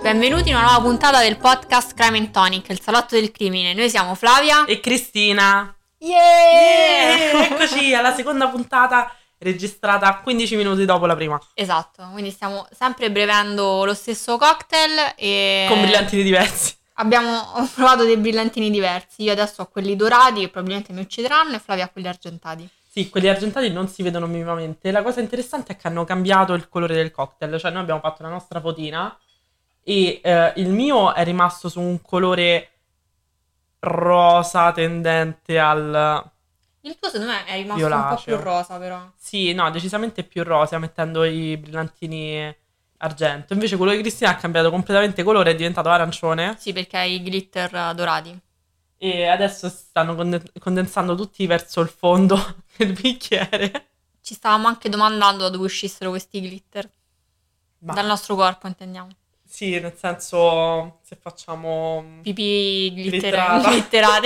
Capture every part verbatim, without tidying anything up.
Benvenuti in una nuova puntata del podcast Crime and Tonic, il salotto del crimine. Noi siamo Flavia e Cristina. Yeah! Yeah! Eccoci alla seconda puntata registrata quindici minuti dopo la prima. Esatto, quindi stiamo sempre bevendo lo stesso cocktail e... con brillantini diversi. Abbiamo provato dei brillantini diversi. Io adesso ho quelli dorati che probabilmente mi uccideranno e Flavia ha quelli argentati. Sì, quelli argentati non si vedono minimamente. La cosa interessante è che hanno cambiato il colore del cocktail. Cioè noi abbiamo fatto la nostra fotina e eh, il mio è rimasto su un colore rosa tendente al Il tuo secondo me è rimasto violaceo. Un po' più rosa però. Sì, no, decisamente più rosa mettendo i brillantini argento. Invece quello di Cristina ha cambiato completamente colore, è diventato arancione. Sì, perché hai i glitter dorati. E adesso si stanno conden- condensando tutti verso il fondo del bicchiere. Ci stavamo anche domandando da dove uscissero questi glitter. Ma Dal nostro corpo, intendiamo. sì, nel senso, se facciamo Pipì glitter- Glitterata. glitterate.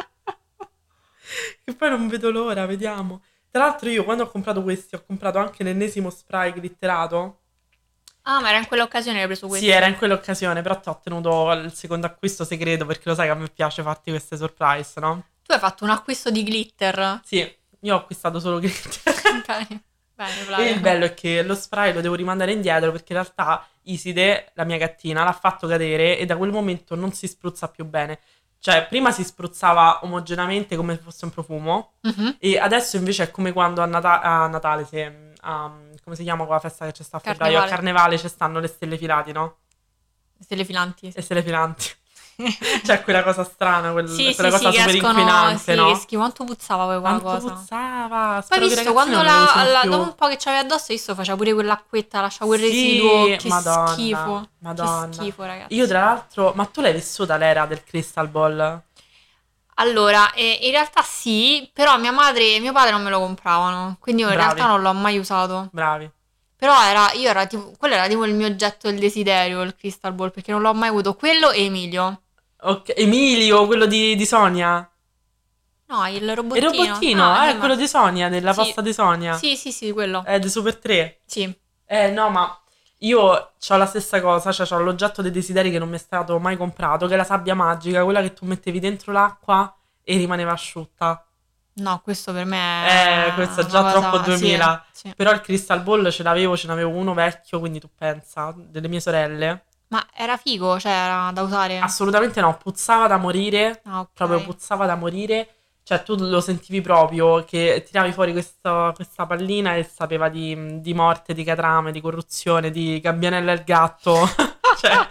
Che poi non vedo l'ora, vediamo. Tra l'altro io quando ho comprato questi ho comprato anche l'ennesimo spray glitterato. Ah, ma era in quell'occasione che hai preso questo? Sì, era in quell'occasione, però ti ho ottenuto il secondo acquisto segreto perché lo sai che a me piace farti queste surprise, no? Tu hai fatto un acquisto di glitter? Sì, io ho acquistato solo glitter. Bene, bene, E Flavia. il bello è che lo spray lo devo rimandare indietro perché in realtà Iside, la mia gattina, l'ha fatto cadere e da quel momento non si spruzza più bene. Cioè, prima si spruzzava omogeneamente come se fosse un profumo Mhm. e adesso invece è come quando a, Nata- a Natale, se, a- come si chiama quella festa che c'è sta a febbraio? A Carnevale. Carnevale ci stanno le stelle filati, no? Stelle filanti. Le stelle filanti. C'è quella cosa strana, quel- Sì, quella sì, cosa sì, che super escono, inquinante, sì, no? che schifo, quanto puzzava poi quella Quanto cosa. puzzava! Poi Spero che i visto, ragazzini quando non lo la, usino la- più. dopo un po' che c'avevi addosso, visto, faceva pure quell'acquetta, lasciava quel Sì, residuo. Che Madonna, schifo. Madonna. Che schifo, ragazzi. Io tra l'altro, ma tu l'hai vissuta l'era del Crystal Ball? Allora, eh, in realtà sì, però mia madre e mio padre non me lo compravano, quindi io in Bravi. realtà non l'ho mai usato. Bravi. Però era, io era tipo, quello era tipo il mio oggetto del desiderio, il Crystal Ball, perché non l'ho mai avuto. Quello e Emilio. Ok, Emilio, quello di, di Sonia. No, il Il robottino. robottino, Ah, eh, sì, quello ma- di Sonia, della Sì. pasta di Sonia. Sì, sì, sì, quello. È di Super tre. Sì. Eh, no, ma io ho la stessa cosa, cioè ho l'oggetto dei desideri che non mi è stato mai comprato, che è la sabbia magica, quella che tu mettevi dentro l'acqua e rimaneva asciutta. No, questo per me è Eh, questo è una già cosa- troppo duemila. sì, sì. Però il Crystal Ball ce l'avevo, ce n'avevo uno vecchio, quindi tu pensa, delle mie sorelle. Ma era figo, cioè era da usare? Assolutamente no, puzzava da morire, Ah, ok. proprio puzzava da morire. Cioè tu lo sentivi proprio che tiravi fuori questo- questa pallina e sapeva di, di morte, di catrame, di corruzione, di Gabbianella il gatto. Cioè,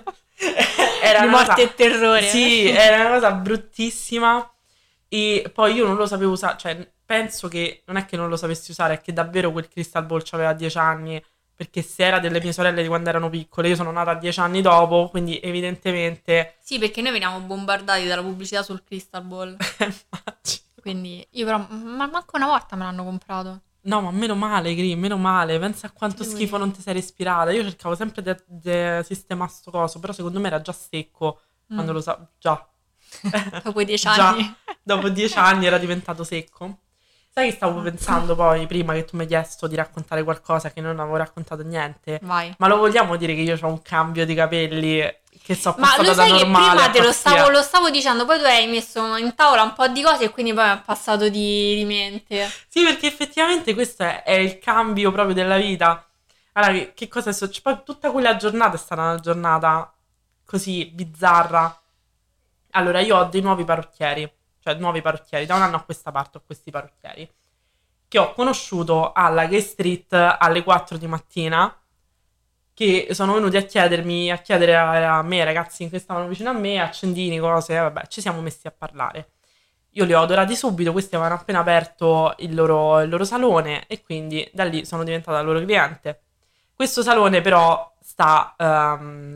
era Di una morte cosa- e terrore. Sì, era una cosa bruttissima. E poi io non lo sapevo usare, cioè penso che non è che non lo sapessi usare, è che davvero quel Crystal Ball aveva dieci anni, perché se era delle mie sorelle di quando erano piccole, io sono nata dieci anni dopo, quindi evidentemente... Sì, perché noi veniamo bombardati dalla pubblicità sul Crystal Ball. immagino. Quindi io però, ma manco una volta me l'hanno comprato. No, ma meno male, Gri, meno male. Pensa a quanto Sì. schifo non ti sei respirata. Io cercavo sempre di sistemare sto coso, però secondo me era già secco quando Mm. lo sa... Già. Dopo i dieci Già. anni. Dopo dieci anni era diventato secco. Sai che stavo pensando poi, prima che tu mi hai chiesto di raccontare qualcosa che non avevo raccontato niente? Vai. Ma lo vogliamo dire che io ho un cambio di capelli che so Ma passata lo da sai che normale prima a te lo pazzia? stavo, lo stavo dicendo, poi tu hai messo in tavola un po' di cose e quindi poi mi è passato di, di mente. Sì, perché effettivamente questo è, è il cambio proprio della vita. Allora, che, che cosa è successo? Poi tutta quella giornata è stata una giornata così bizzarra. Allora, io ho dei nuovi parrucchieri, cioè nuovi parrucchieri, da un anno a questa parte ho questi parrucchieri, che ho conosciuto alla Gay Street alle quattro di mattina, che sono venuti a chiedermi, a chiedere a, a me, ragazzi che stavano vicino a me, accendini, cose, vabbè, ci siamo messi a parlare. Io li ho adorati subito, questi avevano appena aperto il loro, il loro salone e quindi da lì sono diventata loro cliente. Questo salone però sta... ehm,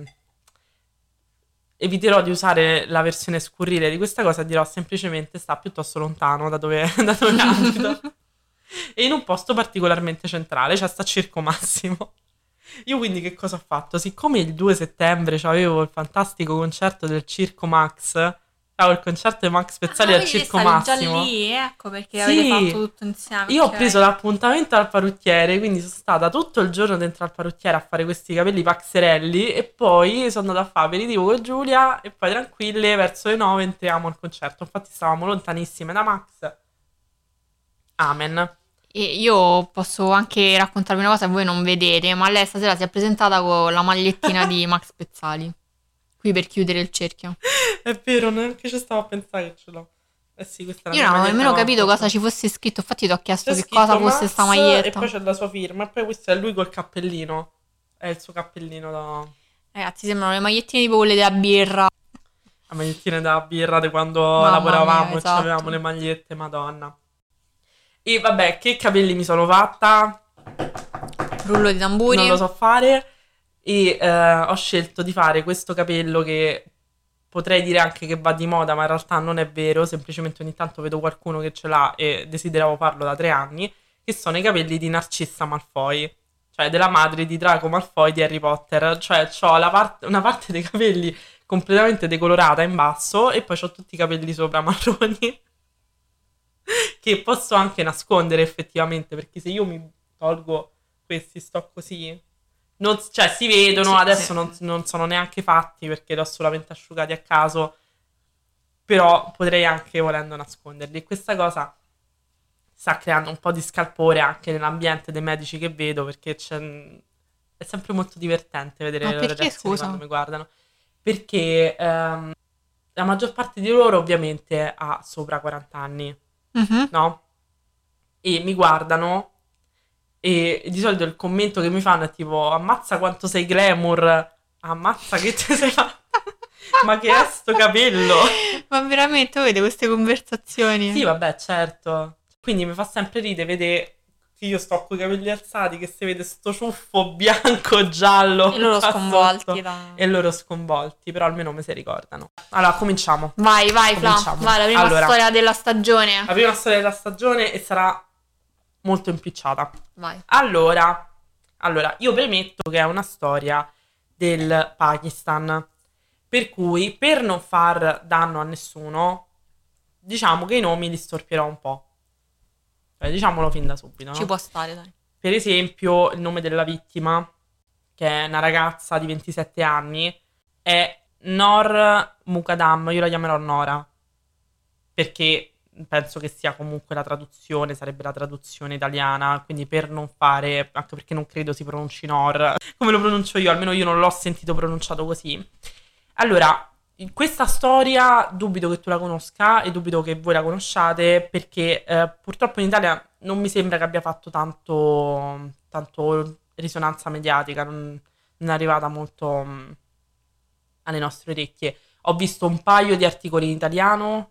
eviterò di usare la versione scurrile di questa cosa, dirò semplicemente sta piuttosto lontano da dove, da dove abito. E in un posto particolarmente centrale, cioè sta a Circo Massimo. Io quindi che cosa ho fatto? Siccome il due settembre avevo il fantastico concerto del Circo Max, Stavo al concerto di Max Pezzali Ah, al quindi Circo stavi già Massimo. lì, ecco perché Sì. avete fatto tutto insieme. Io ho ok. preso l'appuntamento al parrucchiere, quindi sono stata tutto il giorno dentro al parrucchiere a fare questi capelli paxerelli e poi sono andata a fare aperitivo con Giulia e poi tranquille verso le nove entriamo al concerto. Infatti stavamo lontanissime da Max. Amen. E io posso anche raccontarvi una cosa che voi non vedete, ma lei stasera si è presentata con la magliettina di Max Pezzali. Qui per chiudere il cerchio. È vero, neanche ci stavo a pensare che ce l'ho. Eh sì, questa è la Io mia non ho maglietta nemmeno capito comfort. cosa ci fosse scritto, infatti ti ho chiesto C'è che cosa scritto fosse Max sta e maglietta. poi c'è la sua firma e poi questo è lui col cappellino. È il suo cappellino da... Ragazzi, sembrano le magliettine tipo quelle della birra. a magliettine da birra di quando Mamma lavoravamo mia, e esatto. avevamo le magliette, madonna. E vabbè, che capelli mi sono fatta? Rullo di tamburi. Non lo so fare. E eh, ho scelto di fare questo capello che potrei dire anche che va di moda, ma in realtà non è vero. Semplicemente ogni tanto vedo qualcuno che ce l'ha e desideravo farlo da tre anni. Che sono i capelli di Narcissa Malfoy, cioè della madre di Draco Malfoy di Harry Potter. Cioè, ho la part- una parte dei capelli completamente decolorata in basso e poi ho tutti i capelli sopra marroni che posso anche nascondere effettivamente, perché se io mi tolgo questi, sto così, non, cioè si vedono, Sì, adesso sì. Non, non sono neanche fatti perché li ho solamente asciugati a caso, però potrei anche volendo nasconderli. E questa cosa sta creando un po' di scalpore anche nell'ambiente dei medici che vedo, perché c'è, è sempre molto divertente vedere Ma le loro perché, reazioni scusa? quando mi guardano, perché ehm, la maggior parte di loro ovviamente ha sopra quaranta anni, Mhm. no? E mi guardano e di solito il commento che mi fanno è tipo ammazza quanto sei glamour, ammazza che ti sei fatta, ma che è sto capello? Ma veramente, voi avete queste conversazioni? Sì, vabbè, certo. Quindi mi fa sempre ridere vedere che io sto con i capelli alzati, che si vede sto ciuffo bianco giallo E loro qua sconvolti sotto, da... e loro sconvolti, però almeno mi si ricordano. Allora, cominciamo. Vai, vai, Fla. Cominciamo. Vai, la prima Allora. storia della stagione. La prima storia della stagione e sarà molto impicciata. Vai. Allora, allora, io premetto che è una storia del Pakistan, per cui per non far danno a nessuno, diciamo che i nomi li storpierò un po'. Cioè, diciamolo fin da subito, Ci no? può stare, dai. Per esempio, il nome della vittima, che è una ragazza di ventisette anni, è Nor Mukadam, io la chiamerò Nora, perché penso che sia comunque la traduzione, sarebbe la traduzione italiana, quindi per non fare, anche perché non credo si pronunci Nor, come lo pronuncio io, almeno io non l'ho sentito pronunciato così. Allora, in questa storia dubito che tu la conosca e dubito che voi la conosciate perché eh, purtroppo in Italia non mi sembra che abbia fatto tanto, tanto risonanza mediatica, non, non è arrivata molto mh, alle nostre orecchie. Ho visto un paio di articoli in italiano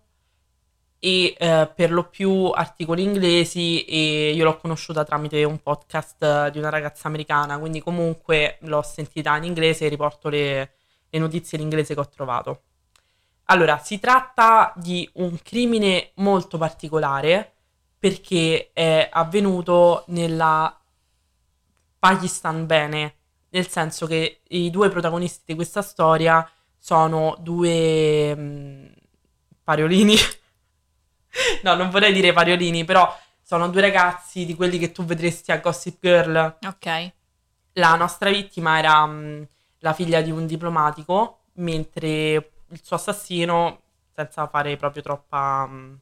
e eh, per lo più articoli inglesi e io l'ho conosciuta tramite un podcast eh, di una ragazza americana, quindi comunque l'ho sentita in inglese e riporto le, le notizie in inglese che ho trovato. Allora, si tratta di un crimine molto particolare perché è avvenuto nella Pakistan bene, nel senso che i due protagonisti di questa storia sono due mh, pariolini. No, non vorrei dire pariolini, però sono due ragazzi di quelli che tu vedresti a Gossip Girl. Ok. La nostra vittima era mh, la figlia di un diplomatico, mentre il suo assassino, senza fare proprio troppa... mh,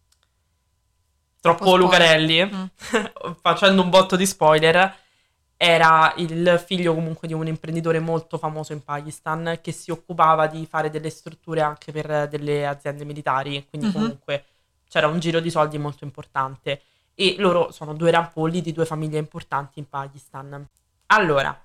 troppo spoiler. Lucarelli, Mm. facendo un botto di spoiler, era il figlio comunque di un imprenditore molto famoso in Pakistan che si occupava di fare delle strutture anche per delle aziende militari, quindi Mhm. comunque c'era un giro di soldi molto importante e loro sono due rampolli di due famiglie importanti in Pakistan. Allora,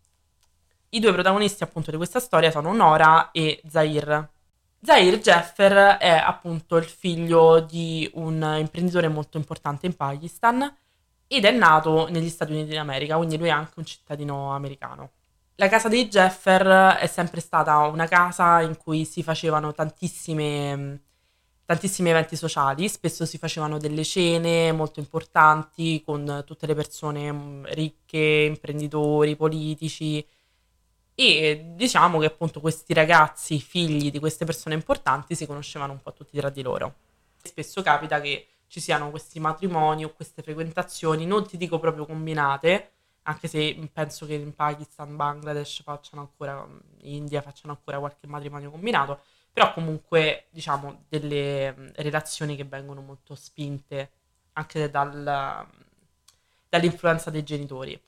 i due protagonisti appunto di questa storia sono Nora e Zahir. Zahir Jaffer è appunto il figlio di un imprenditore molto importante in Pakistan ed è nato negli Stati Uniti d'America, quindi lui è anche un cittadino americano. La casa dei Jaffer è sempre stata una casa in cui si facevano tantissime, tantissimi eventi sociali, spesso si facevano delle cene molto importanti con tutte le persone mm, ricche, imprenditori, politici E diciamo che appunto questi ragazzi, figli di queste persone importanti, si conoscevano un po' tutti tra di loro. Spesso capita che ci siano questi matrimoni o queste frequentazioni, non ti dico proprio combinate, anche se penso che in Pakistan, Bangladesh facciano ancora, in India facciano ancora qualche matrimonio combinato, però comunque diciamo delle mh, relazioni che vengono molto spinte anche dal- dall'influenza dei genitori.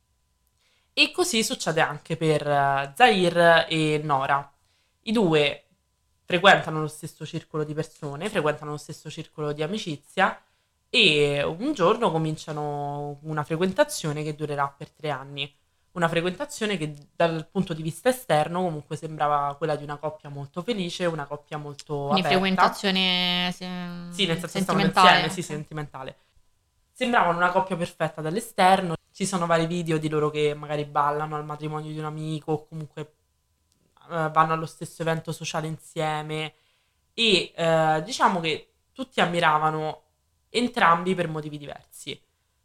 E così succede anche per eh, Zahir e Nora. I due frequentano lo stesso circolo di persone, frequentano lo stesso circolo di amicizia e un giorno cominciano una frequentazione che durerà per tre anni. Una frequentazione che dal punto di vista esterno comunque sembrava quella di una coppia molto felice, una coppia molto Quindi aperta. frequentazione Sì, nel se- senso stavano insieme, sentimentale. sì, Ok. sentimentale. Sembravano una coppia perfetta dall'esterno. Ci sono vari video di loro che magari ballano al matrimonio di un amico o comunque eh, vanno allo stesso evento sociale insieme e eh, diciamo che tutti ammiravano entrambi per motivi diversi.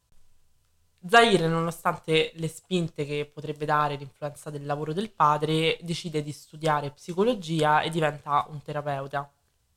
Zahir, nonostante le spinte che potrebbe dare l'influenza del lavoro del padre, decide di studiare psicologia e diventa un terapeuta.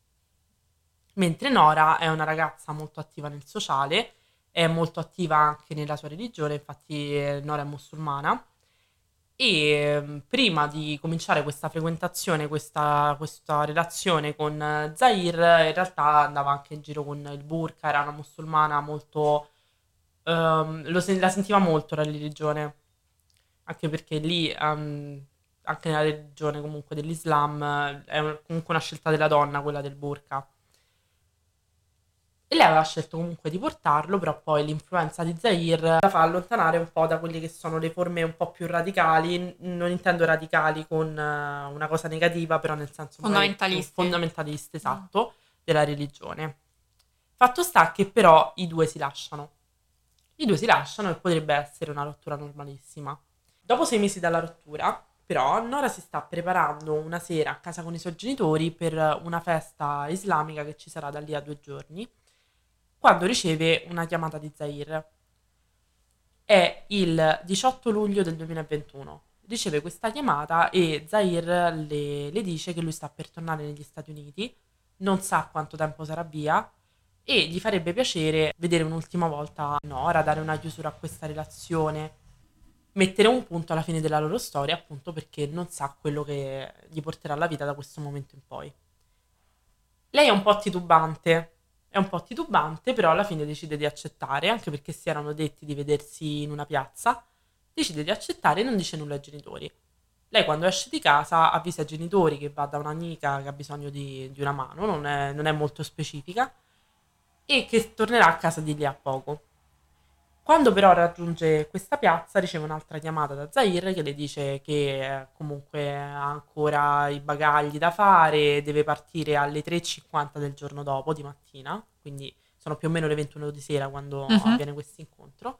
Mentre Nora è una ragazza molto attiva nel sociale, è molto attiva anche nella sua religione, infatti eh, Nora è musulmana e ehm, prima di cominciare questa frequentazione, questa, questa relazione con eh, Zahir, in realtà andava anche in giro con il burqa, era una musulmana molto... ehm, lo sen- la sentiva molto la religione, anche perché lì, ehm, anche nella religione comunque dell'Islam, eh, è un- comunque una scelta della donna quella del burqa. E lei aveva scelto comunque di portarlo, però poi l'influenza di Zahir la fa allontanare un po' da quelle che sono le forme un po' più radicali. N- Non intendo radicali con eh, una cosa negativa, però nel senso magari più Fondamentaliste. fondamentaliste, Mm. esatto, della religione. Fatto sta che però i due si lasciano. I due si lasciano e potrebbe essere una rottura normalissima. Dopo sei mesi dalla rottura, però, Nora si sta preparando una sera a casa con i suoi genitori per una festa islamica che ci sarà da lì a due giorni quando riceve una chiamata di Zahir. È il diciotto luglio del duemilaventuno. Riceve questa chiamata e Zahir le, le dice che lui sta per tornare negli Stati Uniti, non sa quanto tempo sarà via e gli farebbe piacere vedere un'ultima volta Nora, dare una chiusura a questa relazione, mettere un punto alla fine della loro storia, appunto perché non sa quello che gli porterà la vita da questo momento in poi. Lei è un po' titubante, è un po' titubante, però alla fine decide di accettare, anche perché si erano detti di vedersi in una piazza, decide di accettare e non dice nulla ai genitori. Lei quando esce di casa avvisa i genitori che va da un'amica che ha bisogno di, di una mano, non è, non è molto specifica, e che tornerà a casa di lì a poco. Quando però raggiunge questa piazza riceve un'altra chiamata da Zahir che le dice che eh, comunque ha ancora i bagagli da fare, deve partire alle tre e cinquanta del giorno dopo di mattina, quindi sono più o meno le ventuno di sera quando Mhm. avviene questo incontro,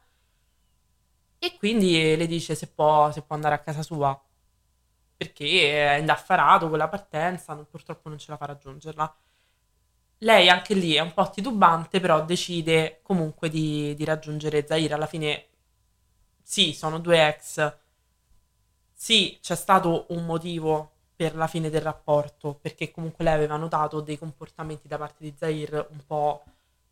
e quindi le dice se può, se può andare a casa sua, perché è indaffarato con la partenza, non- purtroppo non ce la fa raggiungerla. Lei anche lì è un po' titubante, però decide comunque di, di raggiungere Zahir. Alla fine, sì, sono due ex. Sì, c'è stato un motivo per la fine del rapporto, perché comunque lei aveva notato dei comportamenti da parte di Zahir un po'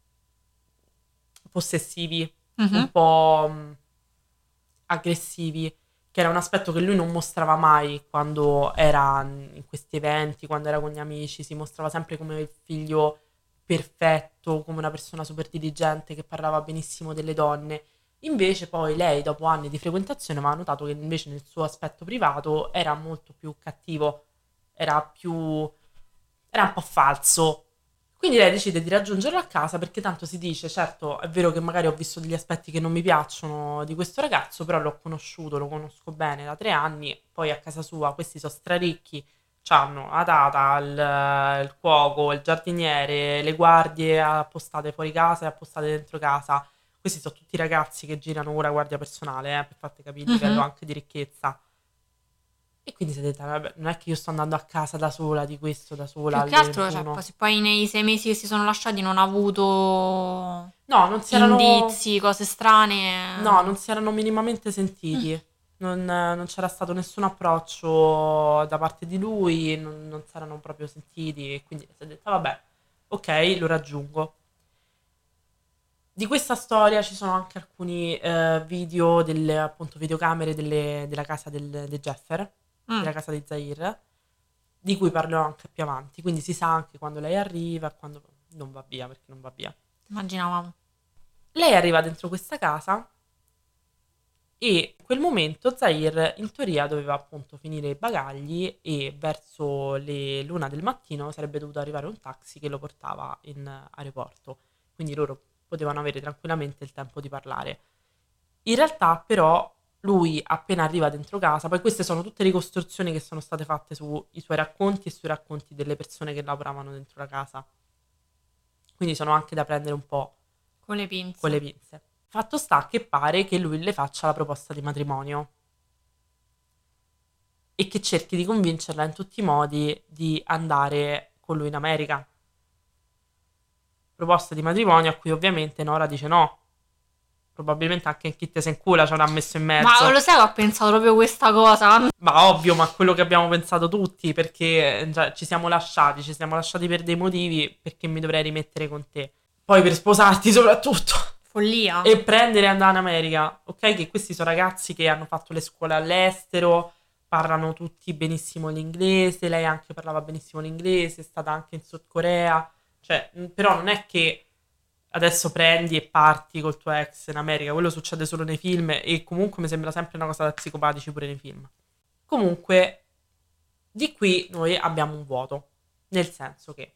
possessivi, un Mhm. po' mh, aggressivi, che era un aspetto che lui non mostrava mai quando era in questi eventi, quando era con gli amici, si mostrava sempre come il figlio perfetto, come una persona super diligente che parlava benissimo delle donne. Invece poi lei, dopo anni di frequentazione, aveva notato che invece nel suo aspetto privato era molto più cattivo, era più... era un po' falso. Quindi lei decide di raggiungerlo a casa perché tanto si dice, certo, è vero che magari ho visto degli aspetti che non mi piacciono di questo ragazzo, però l'ho conosciuto, lo conosco bene da tre anni, poi a casa sua questi sono straricchi, c'hanno la tata, il, il cuoco, il giardiniere, le guardie appostate fuori casa e appostate dentro casa. Questi sono tutti ragazzi che girano con la guardia personale, eh, per farti capire il livello Mhm. anche di ricchezza. E quindi si è detta, vabbè, non è che io sto andando a casa da sola di questo, da sola Più che alle altro, cioè, poi- ventuno. se poi nei sei mesi che si sono lasciati non ha avuto No, non si erano... indizi, cose No, strane. non si erano minimamente Mm. sentiti. Non, non c'era stato nessun approccio da parte di lui, non, non si erano proprio sentiti e quindi si è detta vabbè, ok, lo raggiungo. Di questa storia ci sono anche alcuni eh, video, delle appunto videocamere delle- della casa del, di Jeffer, Mm, della casa di Zair, di cui parlerò anche più avanti. Quindi si sa anche quando lei arriva e quando non va via, perché non va via. immaginavamo. Lei arriva dentro questa casa e in quel momento Zair in teoria doveva appunto finire i bagagli e verso le l'una del mattino sarebbe dovuto arrivare un taxi che lo portava in aeroporto. Quindi loro potevano avere tranquillamente il tempo di parlare. In realtà, però, lui appena arriva dentro casa, poi queste sono tutte ricostruzioni che sono state fatte sui suoi racconti e sui racconti delle persone che lavoravano dentro la casa. Quindi sono anche da prendere un po' Con le con le pinze. pinze. Fatto sta che pare che lui le faccia la proposta di matrimonio e che cerchi di convincerla in tutti i modi di andare con lui in America. Proposta di matrimonio a cui ovviamente Nora dice no. Probabilmente anche in Kit se in culo ci avrà messo in Ma mezzo. lo sai che ho pensato proprio questa cosa? Ma ovvio, ma quello che abbiamo pensato tutti, perché eh, già, ci siamo lasciati, ci siamo lasciati per dei motivi, perché mi dovrei rimettere con te. Poi per sposarti soprattutto. Follia. E prendere e andare in America. Ok, che questi sono ragazzi che hanno fatto le scuole all'estero, parlano tutti benissimo l'inglese, lei anche parlava benissimo l'inglese, è stata anche in Sud Corea. Cioè, mh, però non è che adesso prendi e parti col tuo ex in America, quello succede solo nei film e comunque mi sembra sempre una cosa da psicopatici pure nei film. Comunque, di qui noi abbiamo un vuoto, nel senso che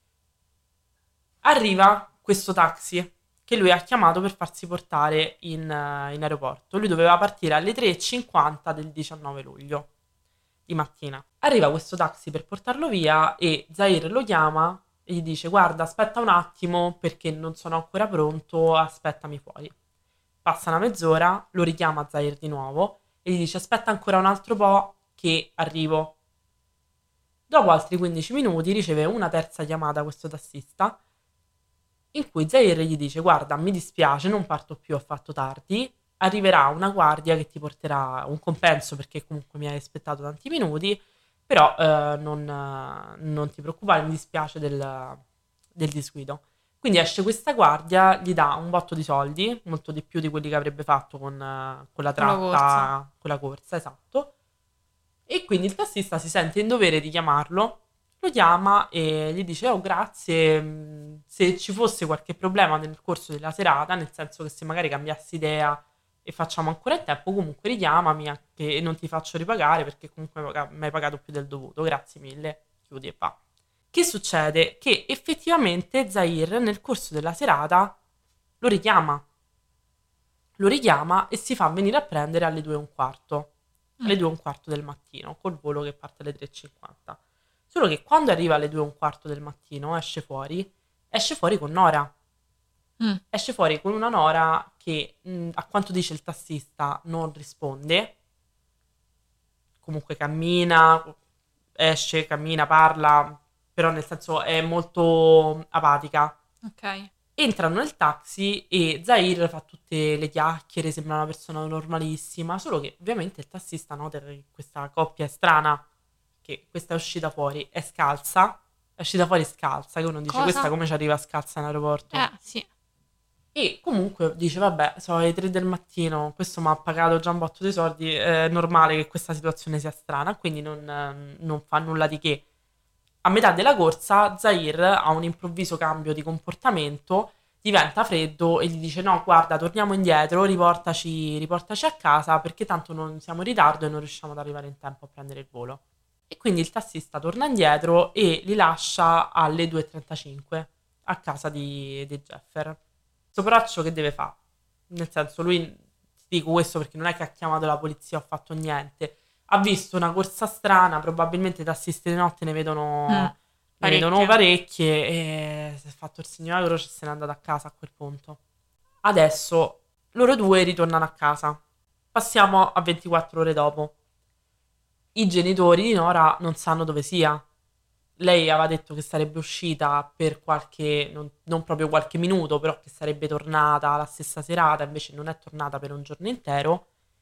arriva questo taxi che lui ha chiamato per farsi portare in, eh, in aeroporto. Lui doveva partire alle tre e cinquanta del diciannove luglio di mattina. Arriva questo taxi per portarlo via e Zair lo chiama e gli dice guarda aspetta un attimo perché non sono ancora pronto, aspettami fuori. Passa una mezz'ora, lo richiama Zair di nuovo e gli dice aspetta ancora un altro po' che arrivo. Dopo altri quindici minuti riceve una terza chiamata questo tassista in cui Zair gli dice guarda mi dispiace non parto più, ho fatto tardi, arriverà una guardia che ti porterà un compenso perché comunque mi hai aspettato tanti minuti, però eh, non, eh, non ti preoccupare, mi dispiace del, del disguido. Quindi esce questa guardia, gli dà un botto di soldi, molto di più di quelli che avrebbe fatto con, eh, con la Con la corsa. tratta, con la corsa, esatto. E quindi il tassista si sente in dovere di chiamarlo, lo chiama e gli dice: Oh, grazie. mh, Se ci fosse qualche problema nel corso della serata, nel senso che se magari cambiassi idea e facciamo ancora in tempo, comunque richiamami anche e non ti faccio ripagare perché comunque paga- mi hai pagato più del dovuto. Grazie mille. Chiudi e va. Che succede? Che effettivamente Zair nel corso della serata lo richiama. Lo richiama e si fa venire a prendere alle due e un quarto. Alle Mm, due e un quarto del mattino, col volo che parte alle tre e cinquanta. Solo che quando arriva alle due e un quarto del mattino, esce fuori, esce fuori con Nora. mm, Esce fuori con una Nora che, mh, a quanto dice il tassista, non risponde. Comunque cammina, esce, cammina, parla, però nel senso è molto apatica. ok. Entrano nel taxi e Zahir fa tutte le chiacchiere, sembra una persona normalissima, solo che ovviamente il tassista nota che questa coppia è strana, che questa è uscita fuori, è scalza, è uscita fuori scalza, che uno dice questa Cosa? come ci arriva scalza in aeroporto? Eh, sì. E comunque dice vabbè, sono le tre del mattino, questo mi ha pagato già un botto di soldi, è normale che questa situazione sia strana, quindi non, ehm, non fa nulla di che. A metà della corsa, Zahir ha un improvviso cambio di comportamento, diventa freddo e gli dice: No, guarda, torniamo indietro, riportaci, riportaci a casa perché tanto non siamo in ritardo e non riusciamo ad arrivare in tempo a prendere il volo. E quindi il tassista torna indietro e li lascia alle due e trentacinque a casa di, di Jeffer. Sto poraccio che deve fare? Nel senso, lui, ti dico questo perché non è che ha chiamato la polizia o ha fatto niente, ha visto una corsa strana, probabilmente i tassisti di notte ne Mm, vedono, ne vedono parecchie. parecchie e si è fatto il segno della croce e se n'è andato a casa a quel punto. Adesso loro due ritornano a casa. Passiamo a ventiquattro ore dopo. I genitori di Nora non sanno dove sia. Lei aveva detto che sarebbe uscita per qualche, non, non proprio qualche minuto, però che sarebbe tornata la stessa serata, invece non è tornata per un giorno intero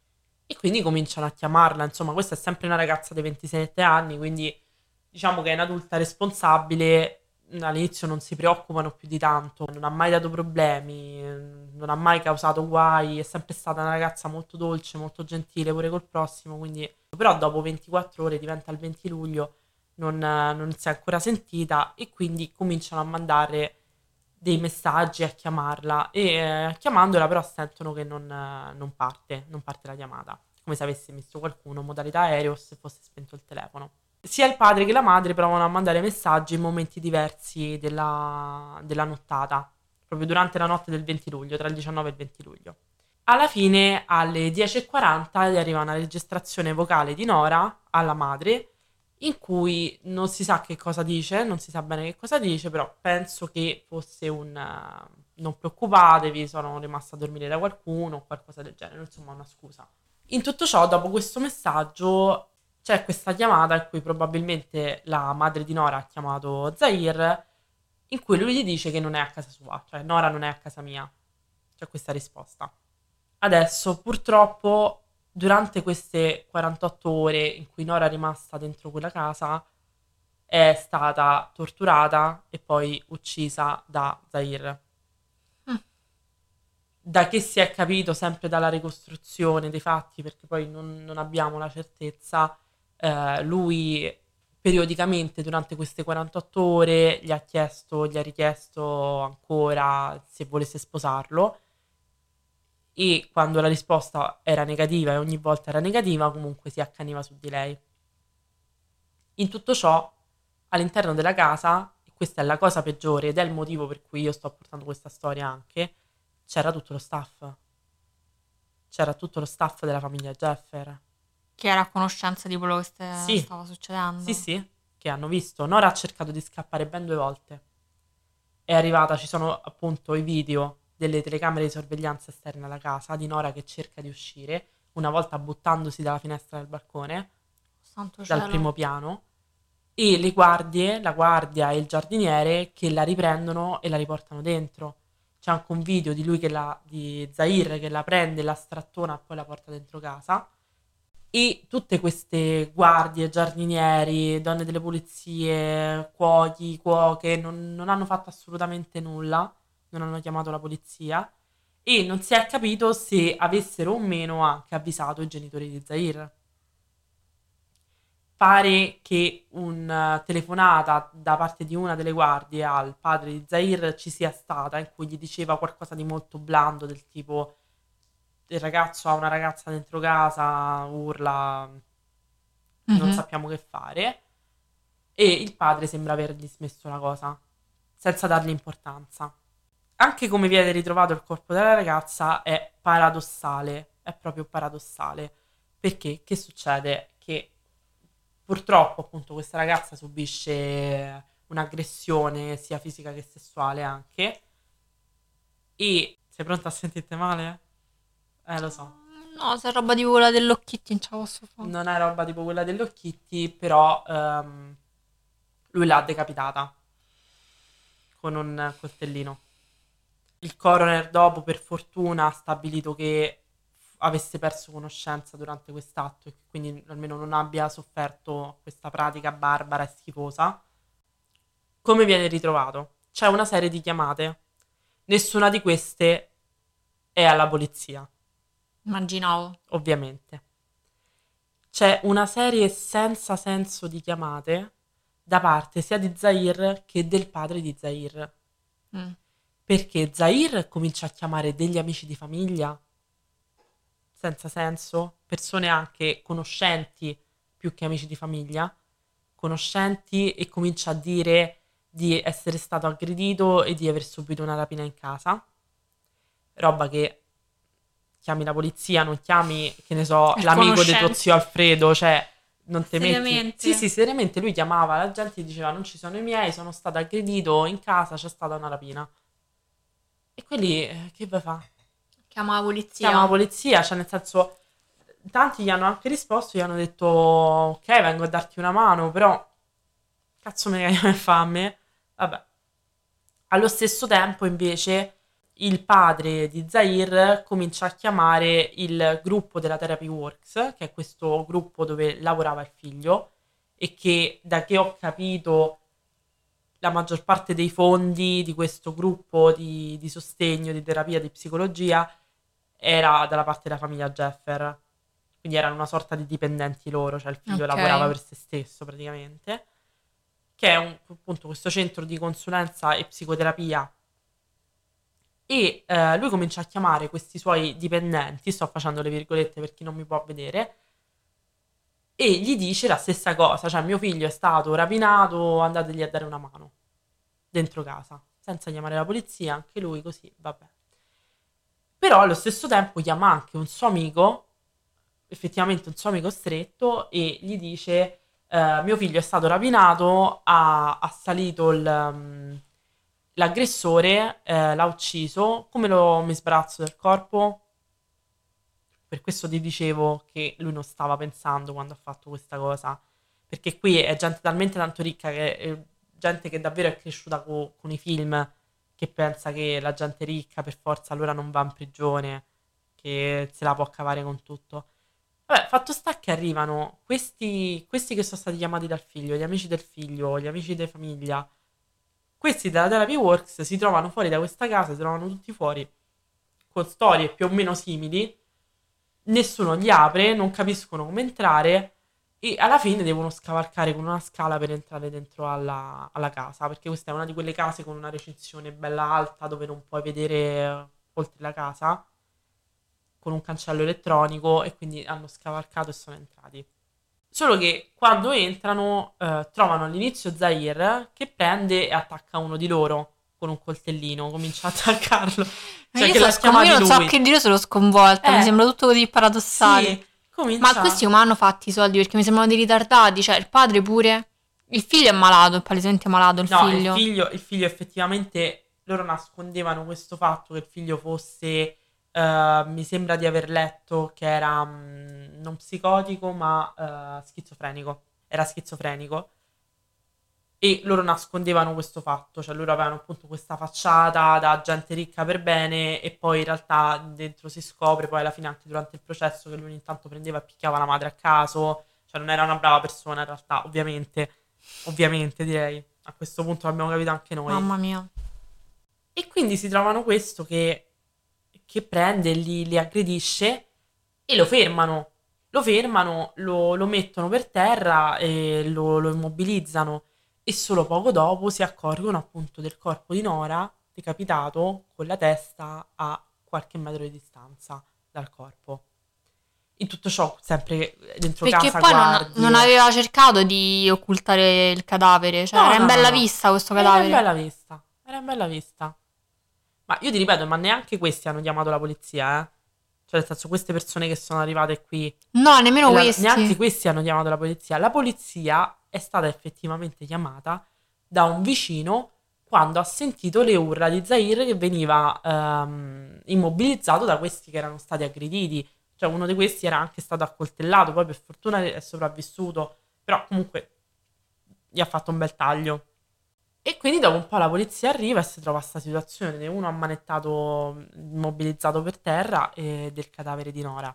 E quindi cominciano a chiamarla, insomma, questa è sempre una ragazza dei ventisette anni, quindi diciamo che è un'adulta responsabile, all'inizio non si preoccupano più di tanto, non ha mai dato problemi, non ha mai causato guai, è sempre stata una ragazza molto dolce, molto gentile pure col prossimo, quindi però dopo ventiquattro ore diventa il venti luglio, non, non si è ancora sentita e quindi cominciano a mandare dei messaggi a chiamarla e eh, chiamandola però sentono che non, eh, non parte, non parte la chiamata, come se avesse messo qualcuno in modalità aereo o se fosse spento il telefono. Sia il padre che la madre provano a mandare messaggi in momenti diversi della, della nottata, proprio durante la notte del venti luglio, tra il diciannove e il venti luglio. Alla fine, alle dieci e quaranta, gli arriva una registrazione vocale di Nora alla madre, in cui non si sa che cosa dice, non si sa bene che cosa dice, però penso che fosse un eh, non preoccupatevi, sono rimasta a dormire da qualcuno, o qualcosa del genere, insomma una scusa. In tutto ciò, dopo questo messaggio, c'è questa chiamata in cui probabilmente la madre di Nora ha chiamato Zahir, in cui lui gli dice che non è a casa sua, cioè Nora non è a casa mia. C'è questa risposta. Adesso, purtroppo, durante queste quarantotto ore in cui Nora è rimasta dentro quella casa, è stata torturata e poi uccisa da Zahir. Mm. Da che si è capito, sempre dalla ricostruzione dei fatti, perché poi non, non abbiamo la certezza, eh, lui periodicamente durante queste quarantotto ore gli ha chiesto, gli ha richiesto ancora se volesse sposarlo e quando la risposta era negativa e ogni volta era negativa, comunque si accaniva su di lei. In tutto ciò, all'interno della casa, e questa è la cosa peggiore ed è il motivo per cui io sto portando questa storia anche, c'era tutto lo staff. C'era tutto lo staff della famiglia Jeffer. Che era a conoscenza di quello che ste- Sì, stava succedendo. sì, sì, che hanno visto. Nora ha cercato di scappare ben due volte. È arrivata, ci sono appunto i video delle telecamere di sorveglianza esterne alla casa di Nora che cerca di uscire, una volta buttandosi dalla finestra del balcone, Santo dal cielo. primo piano, e le guardie, la guardia e il giardiniere che la riprendono e la riportano dentro. C'è anche un video di lui che la, di Zahir che la prende, la strattona e poi la porta dentro casa. E tutte queste guardie, giardinieri, donne delle pulizie, cuochi, cuoche, non, non hanno fatto assolutamente nulla, non hanno chiamato la polizia e non si è capito se avessero o meno anche avvisato i genitori di Zahir. Pare che una telefonata da parte di una delle guardie al padre di Zahir ci sia stata in cui gli diceva qualcosa di molto blando del tipo il ragazzo ha una ragazza dentro casa, urla, non Mhm. sappiamo che fare e il padre sembra avergli smesso la cosa senza dargli importanza. Anche come viene ritrovato il corpo della ragazza è paradossale, è proprio paradossale. Perché? Che succede? Che purtroppo appunto questa ragazza subisce un'aggressione sia fisica che sessuale anche e sei pronta a sentirti male? Eh lo so, No, se è roba di quella dell'occhitto non ce la posso fare. non è roba tipo quella degli Occhitti, però ehm, lui l'ha decapitata con un coltellino. Il coroner dopo, per fortuna, ha stabilito che f- avesse perso conoscenza durante quest'atto e che quindi almeno non abbia sofferto questa pratica barbara e schifosa. Come viene ritrovato? C'è una serie di chiamate. Nessuna di queste è alla polizia, Immaginavo. ovviamente. C'è una serie senza senso di chiamate da parte sia di Zahir che del padre di Zahir. Mm. Perché Zahir comincia a chiamare degli amici di famiglia senza senso, persone anche conoscenti più che amici di famiglia, conoscenti e comincia a dire di essere stato aggredito e di aver subito una rapina in casa. Roba che chiami la polizia, non chiami, che ne so, Il l'amico di tuo conoscente. zio Alfredo, cioè non te metti... Seriamente? Sì, sì, seriamente lui chiamava la gente e diceva non ci sono i miei, sono stato aggredito in casa, c'è stata una rapina. E quelli, eh, che vuoi fare? Chiama la polizia. Chiama la polizia, cioè nel senso, tanti gli hanno anche risposto, gli hanno detto ok, vengo a darti una mano, però cazzo me ne fa a me? Vabbè. Allo stesso tempo, invece, il padre di Zahir comincia a chiamare il gruppo della Therapy Works, che è questo gruppo dove lavorava il figlio, e che, da che ho capito, la maggior parte dei fondi di questo gruppo di, di sostegno, di terapia, di psicologia era dalla parte della famiglia Jeffer. Quindi erano una sorta di dipendenti loro, cioè il figlio Ok. lavorava per se stesso praticamente, che è un- appunto questo centro di consulenza e psicoterapia. E eh, lui comincia a chiamare questi suoi dipendenti, sto facendo le virgolette per chi non mi può vedere, e gli dice la stessa cosa, cioè mio figlio è stato rapinato, andategli a dare una mano dentro casa, senza chiamare la polizia, anche lui così, vabbè. Però allo stesso tempo chiama anche un suo amico, effettivamente un suo amico stretto, e gli dice eh, mio figlio è stato rapinato, ha assalito il, mm, l'aggressore, eh, l'ha ucciso, come lo mi sbarazzo del corpo? Per questo ti dicevo che lui non stava pensando quando ha fatto questa cosa, perché qui è gente talmente tanto ricca, che è gente che davvero è cresciuta co- con i film, che pensa che la gente ricca per forza allora non va in prigione, che se la può cavare con tutto. Vabbè, fatto sta che arrivano questi, questi che sono stati chiamati dal figlio, gli amici del figlio, gli amici di famiglia. Questi della Therapy Works si trovano fuori da questa casa, si trovano tutti fuori con storie più o meno simili. Nessuno gli apre, non capiscono come entrare e alla fine devono scavalcare con una scala per entrare dentro alla, alla casa, perché questa è una di quelle case con una recinzione bella alta dove non puoi vedere eh, oltre la casa, con un cancello elettronico, e quindi hanno scavalcato e sono entrati. Solo che quando entrano eh, trovano all'inizio Zahir che prende e attacca uno di loro con un coltellino, comincia a attaccarlo, Ma cioè io, che sono l'ha scom- io chiamati non so lui. che dire, sono sconvolta. Mi Eh, sembra tutto così paradossale. sì, Ma comincia... questi come hanno fatti i soldi? Perché mi sembrano dei ritardati. Cioè, il padre pure. Il figlio è malato, è palesemente malato il No, il figlio. figlio, il figlio effettivamente, loro nascondevano questo fatto che il figlio fosse, eh, mi sembra di aver letto che era mm, non psicotico ma eh, schizofrenico, era schizofrenico, e loro nascondevano questo fatto, cioè loro avevano appunto questa facciata da gente ricca per bene, e poi in realtà dentro si scopre poi alla fine anche durante il processo che lui ogni tanto prendeva e picchiava la madre a caso, cioè non era una brava persona in realtà, ovviamente, ovviamente direi, a questo punto l'abbiamo capito anche noi. Mamma mia. E quindi si trovano questo che, che prende, li, li aggredisce e lo fermano. Lo fermano, lo, lo mettono per terra e lo, lo immobilizzano. E solo poco dopo si accorgono appunto del corpo di Nora decapitato con la testa a qualche metro di distanza dal corpo. In tutto ciò, sempre dentro Perché casa, poi non, non guardie. aveva cercato di occultare il cadavere. Cioè, No, era in no, no, bella no. vista questo Era in cadavere. bella vista. Era in bella vista. Ma io ti ripeto, ma neanche questi hanno chiamato la polizia, eh. Cioè, nel senso, queste persone che sono arrivate qui, No, e nemmeno la- neanche questi. questi hanno chiamato la polizia. La polizia è stata effettivamente chiamata da un vicino quando ha sentito le urla di Zahir che veniva ehm, immobilizzato da questi che erano stati aggrediti. Cioè, uno di questi era anche stato accoltellato, poi per fortuna è sopravvissuto, però comunque gli ha fatto un bel taglio. E quindi dopo un po' la polizia arriva e si trova questa situazione di uno ammanettato, immobilizzato per terra, e del cadavere di Nora.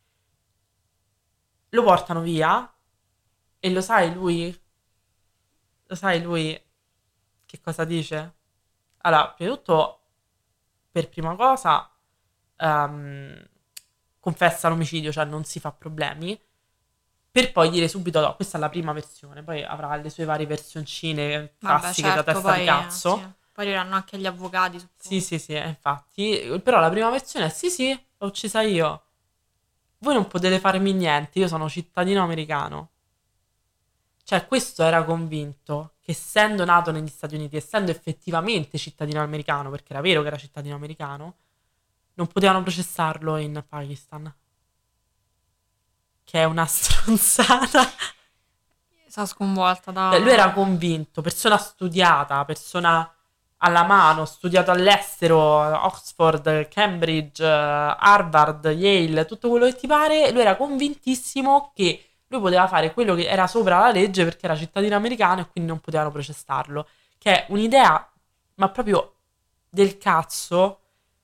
Lo portano via e lo sai lui, lo sai lui che cosa dice? Allora, prima di tutto, per prima cosa, ehm, confessa l'omicidio, cioè non si fa problemi, per poi dire subito no, questa è la prima versione, poi avrà le sue varie versioncine Vabbè, classiche da certo, testa di poi, eh, sì. cazzo. Poi arriveranno anche gli avvocati, Sì, suppongo. sì, sì, eh, infatti. Però la prima versione è sì, sì, l'ho uccisa io. Voi non potete farmi niente, io sono cittadino americano. Cioè, questo era convinto che essendo nato negli Stati Uniti, essendo effettivamente cittadino americano, perché era vero che era cittadino americano, non potevano processarlo in Pakistan. Che è una stronzata. Sono sconvolta Cioè, lui era da... convinto, persona studiata, persona alla mano, studiato all'estero, Oxford, Cambridge, eh, Harvard, Yale, tutto quello che ti pare, lui era convintissimo che lui poteva fare quello che era sopra la legge perché era cittadino americano e quindi non potevano processarlo. Che è un'idea, ma proprio del cazzo,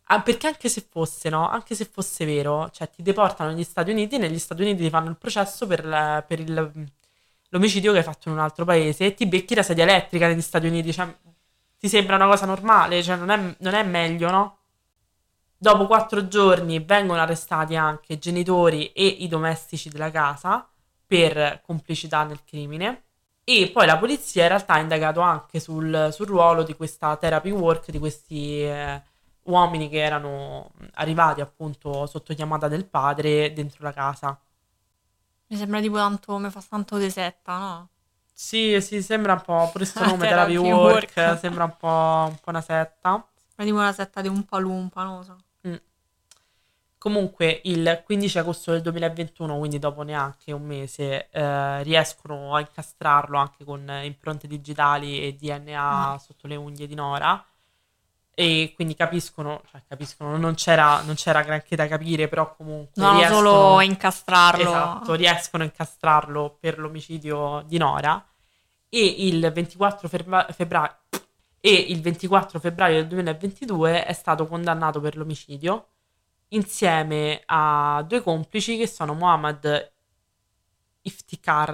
Ah, perché anche se fosse, no? Anche se fosse vero, cioè ti deportano negli Stati Uniti e negli Stati Uniti ti fanno il processo per, la- per il- l'omicidio che hai fatto in un altro paese e ti becchi la sedia elettrica negli Stati Uniti. Cioè, ti sembra una cosa normale? Cioè, non è, non è meglio, no? Dopo quattro giorni vengono arrestati anche i genitori e i domestici della casa per complicità nel crimine. E poi la polizia in realtà ha indagato anche sul, sul ruolo di questa therapy work, di questi eh, uomini che erano arrivati appunto sotto chiamata del padre dentro la casa. Mi sembra tipo tanto, mi fa tanto de setta, no? Sì, sì, sembra un po', pure sto nome, therapy Therapy work, work. sembra un po', un po' una setta. Sembra tipo una setta di un palumpa, non lo so. Mm. Comunque il quindici agosto del duemilaventuno, quindi dopo neanche un mese, eh, riescono a incastrarlo anche con impronte digitali e D N Ah, A sotto le unghie di Nora. E quindi capiscono, cioè capiscono, non c'era, non c'era granché da capire, però comunque dovevano solo riescono, esatto, incastrarlo. riescono a incastrarlo per l'omicidio di Nora. E il ventiquattro febra- febbraio, e il ventiquattro febbraio del duemilaventidue è stato condannato per l'omicidio insieme a due complici che sono Muhammad Iftikhar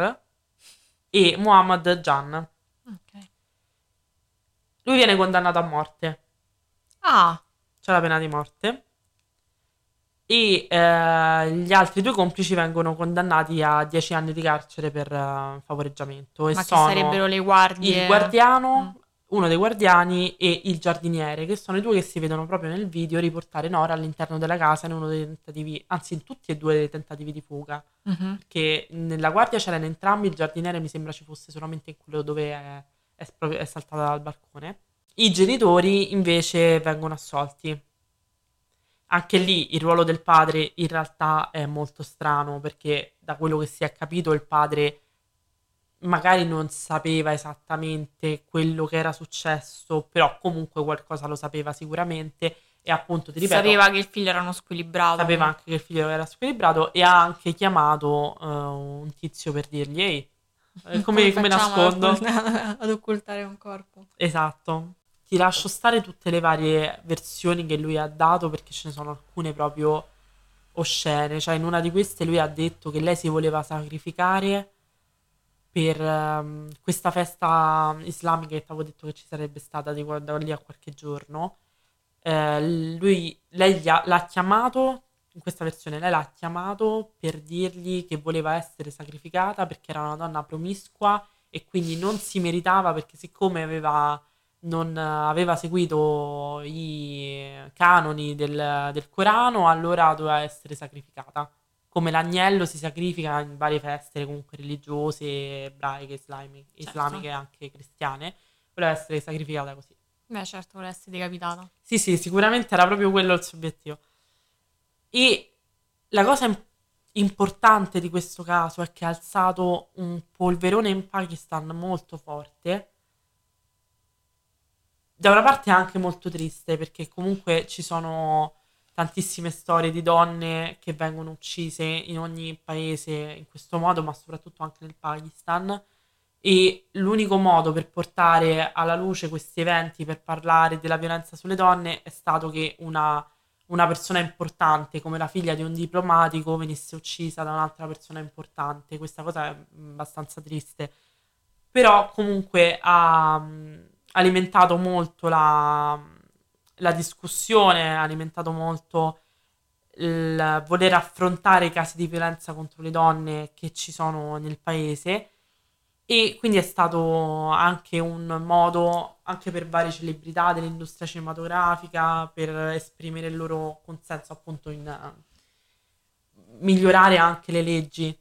e Muhammad Jan. Ok. Lui viene condannato a morte, Ah, c'è la pena di morte, e eh, gli altri due complici vengono condannati a dieci anni di carcere per eh, favoreggiamento e ma che sarebbero sono le il guardie? Mm. guardiano, uno dei guardiani e il giardiniere, che sono i due che si vedono proprio nel video riportare Nora all'interno della casa in uno dei tentativi, anzi in tutti e due dei tentativi di fuga, Mhm. perché nella guardia c'erano entrambi, il giardiniere mi sembra ci fosse solamente in quello dove è, è, spro- è saltata dal balcone. I genitori invece vengono assolti. Anche lì il ruolo del padre in realtà è molto strano perché da quello che si è capito il padre magari non sapeva esattamente quello che era successo, però comunque qualcosa lo sapeva sicuramente e appunto ti ripeto, Sapeva che il figlio era uno squilibrato sapeva comunque. anche che il figlio era squilibrato e ha anche chiamato eh, un tizio per dirgli ehi, eh, Come come, come facciamo ad nascondo? occult- ad occultare un corpo? Esatto. Ti lascio stare tutte le varie versioni che lui ha dato perché ce ne sono alcune proprio oscene. Cioè, in una di queste lui ha detto che lei si voleva sacrificare per ehm, questa festa islamica che ti avevo detto che ci sarebbe stata di qua- da lì a qualche giorno. Eh, lui, lei gli ha- l'ha chiamato, in questa versione, lei l'ha chiamato per dirgli che voleva essere sacrificata perché era una donna promiscua e quindi non si meritava perché siccome aveva, non eh, aveva seguito i canoni del, del Corano, allora doveva essere sacrificata. Come l'agnello si sacrifica in varie feste comunque religiose, ebraiche, islami- Certo. islamiche e anche cristiane, voleva essere sacrificata così. Beh, certo, vuole essere decapitato. Sì, sì, sicuramente era proprio quello il suo obiettivo. E la cosa im- importante di questo caso è che ha alzato un polverone in Pakistan molto forte. Da una parte è anche molto triste perché comunque ci sono tantissime storie di donne che vengono uccise in ogni paese in questo modo, ma soprattutto anche nel Pakistan. E l'unico modo per portare alla luce questi eventi, per parlare della violenza sulle donne, è stato che una, una persona importante, come la figlia di un diplomatico, venisse uccisa da un'altra persona importante. Questa cosa è mm, abbastanza triste. Però comunque ha mm, alimentato molto la, la discussione, ha alimentato molto il voler affrontare i casi di violenza contro le donne che ci sono nel paese e quindi è stato anche un modo, anche per varie celebrità dell'industria cinematografica, per esprimere il loro consenso appunto in eh, migliorare anche le leggi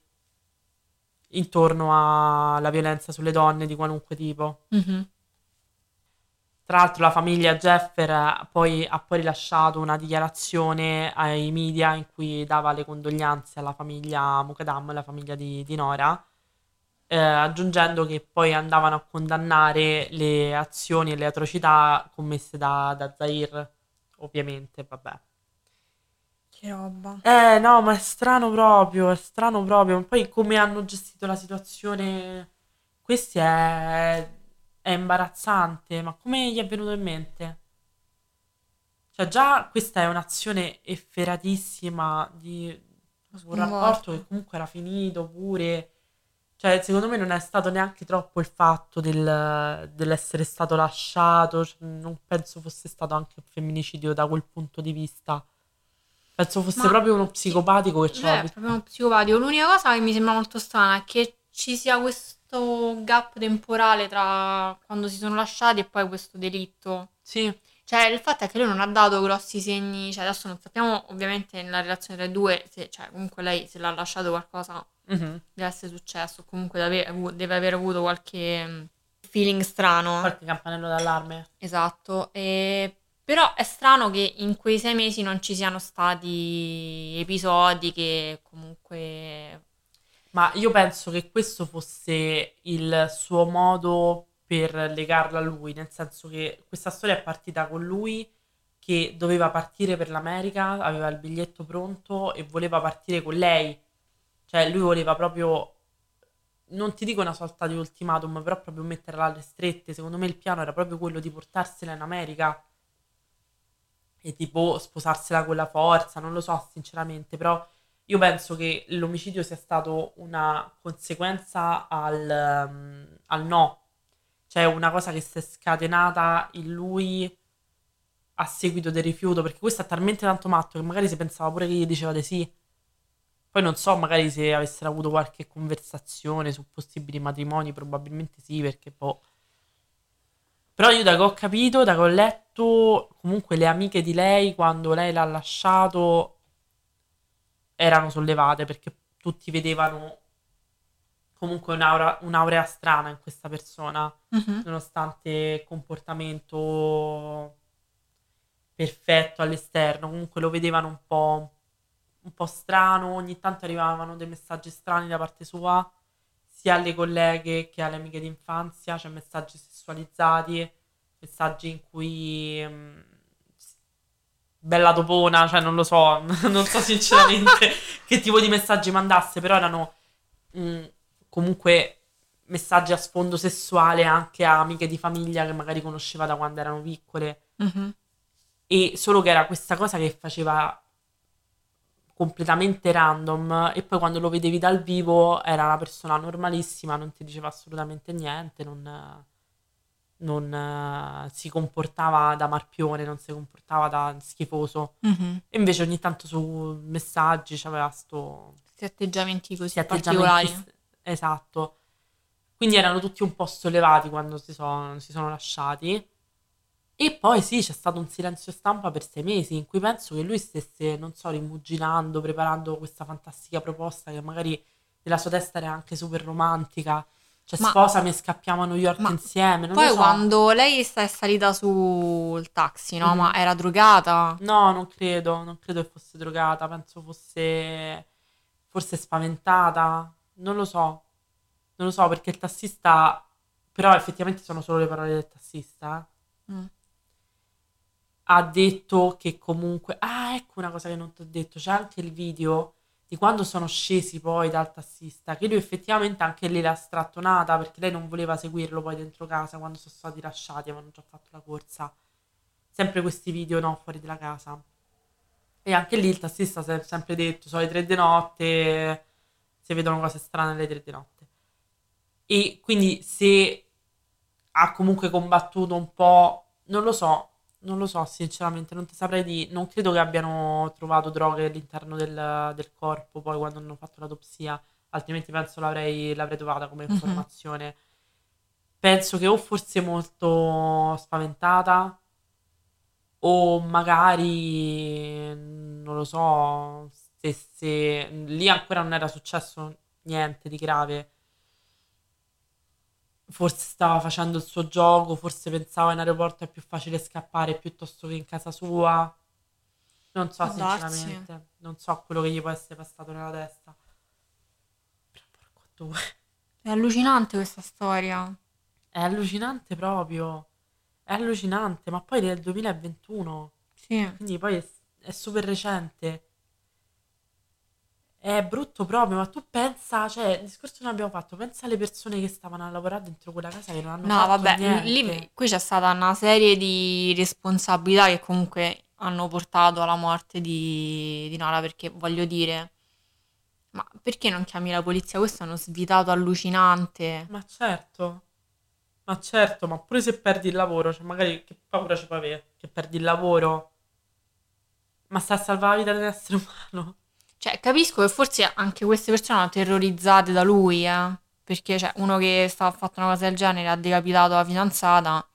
intorno alla violenza sulle donne di qualunque tipo. Mhm. Tra l'altro la famiglia Jeffer eh, poi, ha poi rilasciato una dichiarazione ai media in cui dava le condoglianze alla famiglia Mukadam, la famiglia di, di Nora, eh, aggiungendo che poi andavano a condannare le azioni e le atrocità commesse da, da Zair, ovviamente, vabbè. Che roba. Eh no, ma è strano proprio, è strano proprio. Poi come hanno gestito la situazione, questi è, è imbarazzante, ma come gli è venuto in mente? Cioè già questa è un'azione efferatissima di un rapporto che Sconvolta. comunque era finito pure. Cioè, secondo me non è stato neanche troppo il fatto del- dell'essere stato lasciato, cioè, non penso fosse stato anche un femminicidio da quel punto di vista. Penso fosse Ma proprio uno sì, psicopatico che lui c'aveva... è vi- proprio uno psicopatico. L'unica cosa che mi sembra molto strana è che ci sia questo gap temporale tra quando si sono lasciati e poi questo delitto. Sì. Cioè, il fatto è che lui non ha dato grossi segni, cioè adesso non sappiamo ovviamente nella relazione tra i due, se, cioè comunque lei se l'ha lasciato qualcosa Mhm. deve essere successo, comunque deve, aver avu- deve aver avuto qualche mm, feeling strano, Qualche campanello d'allarme. esatto, e- però è strano che in quei sei mesi non ci siano stati episodi che comunque... Ma io penso che questo fosse il suo modo per legarla a lui, nel senso che questa storia è partita con lui che doveva partire per l'America, aveva il biglietto pronto e voleva partire con lei. Cioè, lui voleva proprio, non ti dico una sorta di ultimatum, però proprio metterla alle strette. Secondo me il piano era proprio quello di portarsela in America e tipo sposarsela con la forza, non lo so sinceramente, però io penso che l'omicidio sia stato una conseguenza al, ehm, al no, cioè una cosa che si è scatenata in lui a seguito del rifiuto, perché questo è talmente tanto matto che magari si pensava pure che gli diceva di sì. Poi non so, magari se avessero avuto qualche conversazione su possibili matrimoni, probabilmente sì, perché boh. Però io da che ho capito, da che ho letto, comunque le amiche di lei, quando lei l'ha lasciato, erano sollevate perché tutti vedevano comunque un'aura, un'aurea strana in questa persona, Mhm, nonostante il comportamento perfetto all'esterno, comunque lo vedevano un po', un po' strano, ogni tanto arrivavano dei messaggi strani da parte sua, sia alle colleghe che alle amiche d'infanzia, cioè messaggi sessualizzati, messaggi in cui... mm, s- bella topona, cioè non lo so, non so sinceramente che tipo di messaggi mandasse, però erano mm, comunque messaggi a sfondo sessuale anche a amiche di famiglia che magari conosceva da quando erano piccole. mhm. E solo che era questa cosa che faceva completamente random e poi quando lo vedevi dal vivo era una persona normalissima, non ti diceva assolutamente niente, non, non, eh, si comportava da marpione, non si comportava da schifoso. Mhm. E invece ogni tanto su messaggi c'aveva sto, Questi atteggiamenti questi così atteggiamenti, particolari. s- esatto. Quindi erano tutti un po' sollevati quando si, so- si sono lasciati. E poi sì, c'è stato un silenzio stampa per sei mesi in cui penso che lui stesse, non so, rimuginando, preparando questa fantastica proposta che magari nella sua testa era anche super romantica. Cioè, Ma, sposami e scappiamo a New York ma insieme, non lo poi so. quando lei sta- è salita sul taxi, no? Ma Mhm. era drogata? No, non credo, non credo che fosse drogata, penso fosse forse spaventata, non lo so, non lo so perché il tassista, però effettivamente sono solo le parole del tassista, eh. Mm. Ha detto che comunque, ah, ecco una cosa che non ti ho detto, c'è anche il video di quando sono scesi poi dal tassista, che lui effettivamente anche lì l'ha strattonata perché lei non voleva seguirlo poi dentro casa quando sono stati lasciati, avevano già fatto la corsa. Sempre questi video, no, fuori dalla casa. E anche lì il tassista si è sempre detto, sono le tre di notte, si vedono cose strane alle tre di notte. E quindi se ha comunque combattuto un po', non lo so, non lo so sinceramente, non ti saprei di, non credo che abbiano trovato droghe all'interno del, del corpo poi quando hanno fatto l'autopsia, altrimenti penso l'avrei, l'avrei trovata come Mhm. informazione. Penso che o fosse molto spaventata o magari, non lo so, se, se lì ancora non era successo niente di grave. Forse stava facendo il suo gioco, forse pensava in aeroporto è più facile scappare piuttosto che in casa sua. Non so Può darsi. sinceramente, non so quello che gli può essere passato nella testa. Però porco due. È allucinante questa storia. È allucinante proprio. È allucinante, ma poi nel duemilaventuno, Sì. quindi poi è, è super recente. È brutto proprio, ma tu pensa, cioè, il discorso che noi abbiamo fatto, pensa alle persone che stavano a lavorare dentro quella casa che non hanno No, fatto vabbè, l- lì niente. qui c'è stata una serie di responsabilità che comunque hanno portato alla morte di, di Nala, perché voglio dire, ma perché non chiami la polizia? Questo è uno svitato allucinante. Ma certo, ma certo, ma pure se perdi il lavoro, cioè magari che paura ci puoi avere? Che perdi il lavoro? Ma sta a salvare la vita dell'essere umano. Cioè, capisco che forse anche queste persone erano terrorizzate da lui, eh. Perché, cioè, uno che sta, ha fatto una cosa del genere, ha decapitato la fidanzata.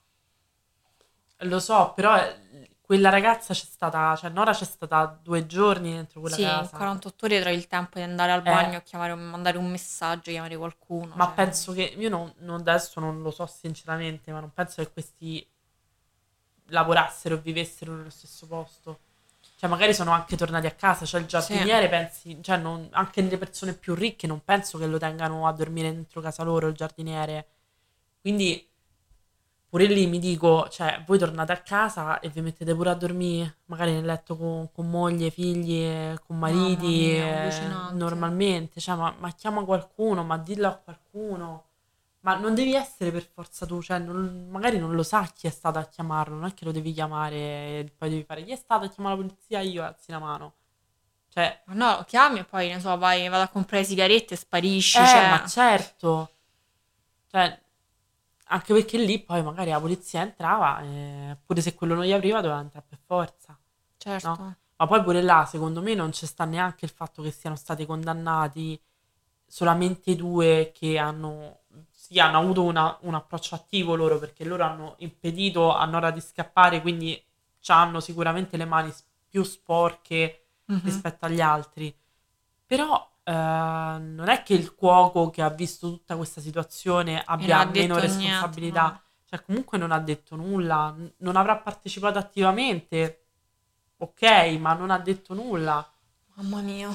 Lo so, però eh, quella ragazza c'è stata, cioè Nora c'è stata due giorni dentro quella Sì, in casa. quarantotto ore trovi il tempo di andare al Eh, bagno, chiamare un- mandare un messaggio, chiamare qualcuno. ma Cioè. penso che, io non, non- adesso non lo so sinceramente, ma non penso che questi lavorassero e vivessero nello stesso posto. Cioè, magari sono anche tornati a casa, cioè il Sì. giardiniere, pensi, cioè non- anche le persone più ricche non penso che lo tengano a dormire dentro casa loro, il giardiniere. Quindi pure lì mi dico, cioè, voi tornate a casa e vi mettete pure a dormire, magari nel letto con, con moglie, figli, eh, con Mamma mariti, mia, eh, allucinante. normalmente, cioè, ma, ma chiama qualcuno, ma dillo a qualcuno. Ma non devi essere per forza tu, cioè, non- magari non lo sa chi è stato a chiamarlo, non è che lo devi chiamare e poi devi fare chi è stato a chiamare la polizia, io alzi la mano. Cioè, Ma no, lo chiami e poi, ne so, vai, vado a comprare sigarette e sparisci, eh, cioè. ma certo, cioè, anche perché lì poi magari la polizia entrava, e pure se quello non gli apriva doveva entrare per forza, no? Certo. Ma poi pure là, secondo me, non c'è sta neanche il fatto che siano stati condannati solamente i due che hanno, sì, hanno avuto una- un approccio attivo loro, perché loro hanno impedito a Nora di scappare, quindi hanno sicuramente le mani s- più sporche Mhm. rispetto agli altri. Però eh, non è che il cuoco che ha visto tutta questa situazione E non abbia ha meno detto niente, responsabilità, no. cioè comunque non ha detto nulla, n- non avrà partecipato attivamente, ok, ma non ha detto nulla. Mamma mia.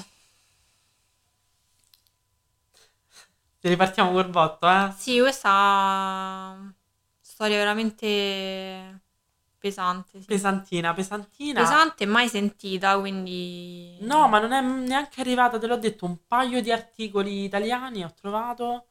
Se ripartiamo col botto, eh? Sì, questa storia veramente pesante, sì. Pesantina, pesantina. Pesante, mai sentita, quindi. No, ma non è neanche arrivata, te l'ho detto, un paio di articoli italiani ho trovato,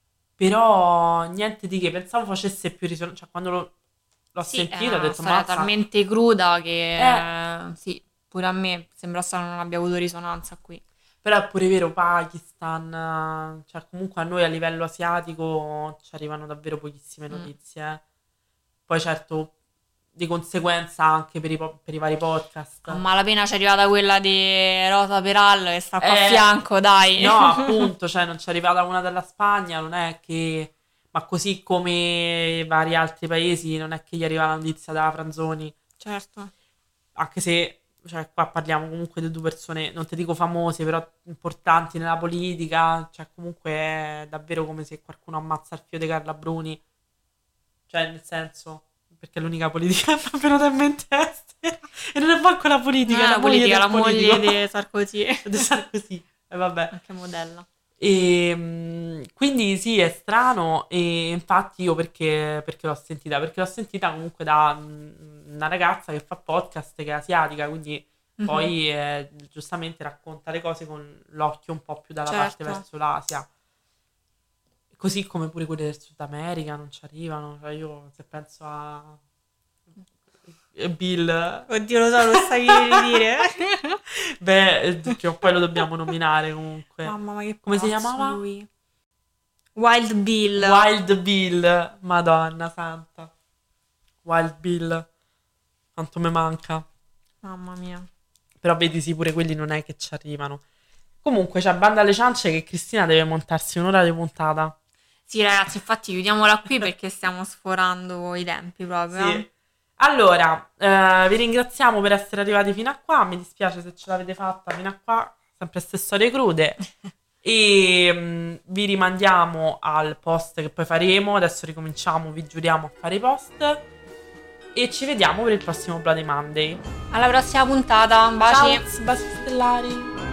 però niente di che, pensavo facesse più risonanza, cioè quando l'ho l'ho Sì, è sentito ho una detto, storia mazza, talmente cruda eh, che. Sì, pure a me sembra strano non abbia avuto risonanza qui. però è pure vero, Pakistan, eh, cioè comunque a noi a livello asiatico ci arrivano davvero pochissime Mm. notizie, eh. Poi certo, di conseguenza anche per i, po- per i vari A podcast. malapena c'è arrivata quella di Rosa Peral che sta qua a Eh, fianco, dai. no, appunto, cioè non c'è arrivata una dalla Spagna, non è che... Ma così come vari altri paesi, non è che gli arriva la notizia dalla Franzoni, Certo. anche se, cioè, qua parliamo comunque di due persone, non ti dico famose, però importanti nella politica, cioè comunque è davvero come se qualcuno ammazza il figlio di Carla Bruni, cioè nel senso, perché è l'unica politica che mi è venuta in mente estera, e non è manco la Non politica, è è la la moglie politica, del la moglie politico, di Sarkozy. di Sarkozy, e vabbè. Anche modella. E mm, quindi sì, è strano e infatti io perché, perché l'ho sentita? Perché l'ho sentita comunque da mm, una ragazza che fa podcast che è asiatica, quindi Mhm. poi eh, giustamente racconta le cose con l'occhio un po' più dalla parte Certo. verso l'Asia. Così come pure quelle del Sud America non ci arrivano, cioè io se penso a eh, Bill, Oddio, lo so, lo stavi per dire. beh, eh, prima o poi lo dobbiamo nominare comunque. Mamma, ma che Come si pazzo chiamava? lui. Wild Bill. Wild Bill, Madonna santa. Wild Bill, quanto mi manca. Mamma mia. Però vedi, sì, pure quelli non è che ci arrivano. Comunque, c'è banda alle ciance che Cristina deve montarsi un'ora di puntata. Sì, ragazzi, infatti chiudiamola qui perché stiamo sforando i tempi proprio. Sì. Eh. Allora, eh, vi ringraziamo per essere arrivati fino a qua. Mi dispiace se ce l'avete fatta fino a qua. Sempre queste storie crude. E mm, vi rimandiamo al post che poi faremo. Adesso ricominciamo, vi giuriamo a fare i post. E ci vediamo per il prossimo Bloody Monday. Alla prossima puntata. Baci. Ciao, baci stellari.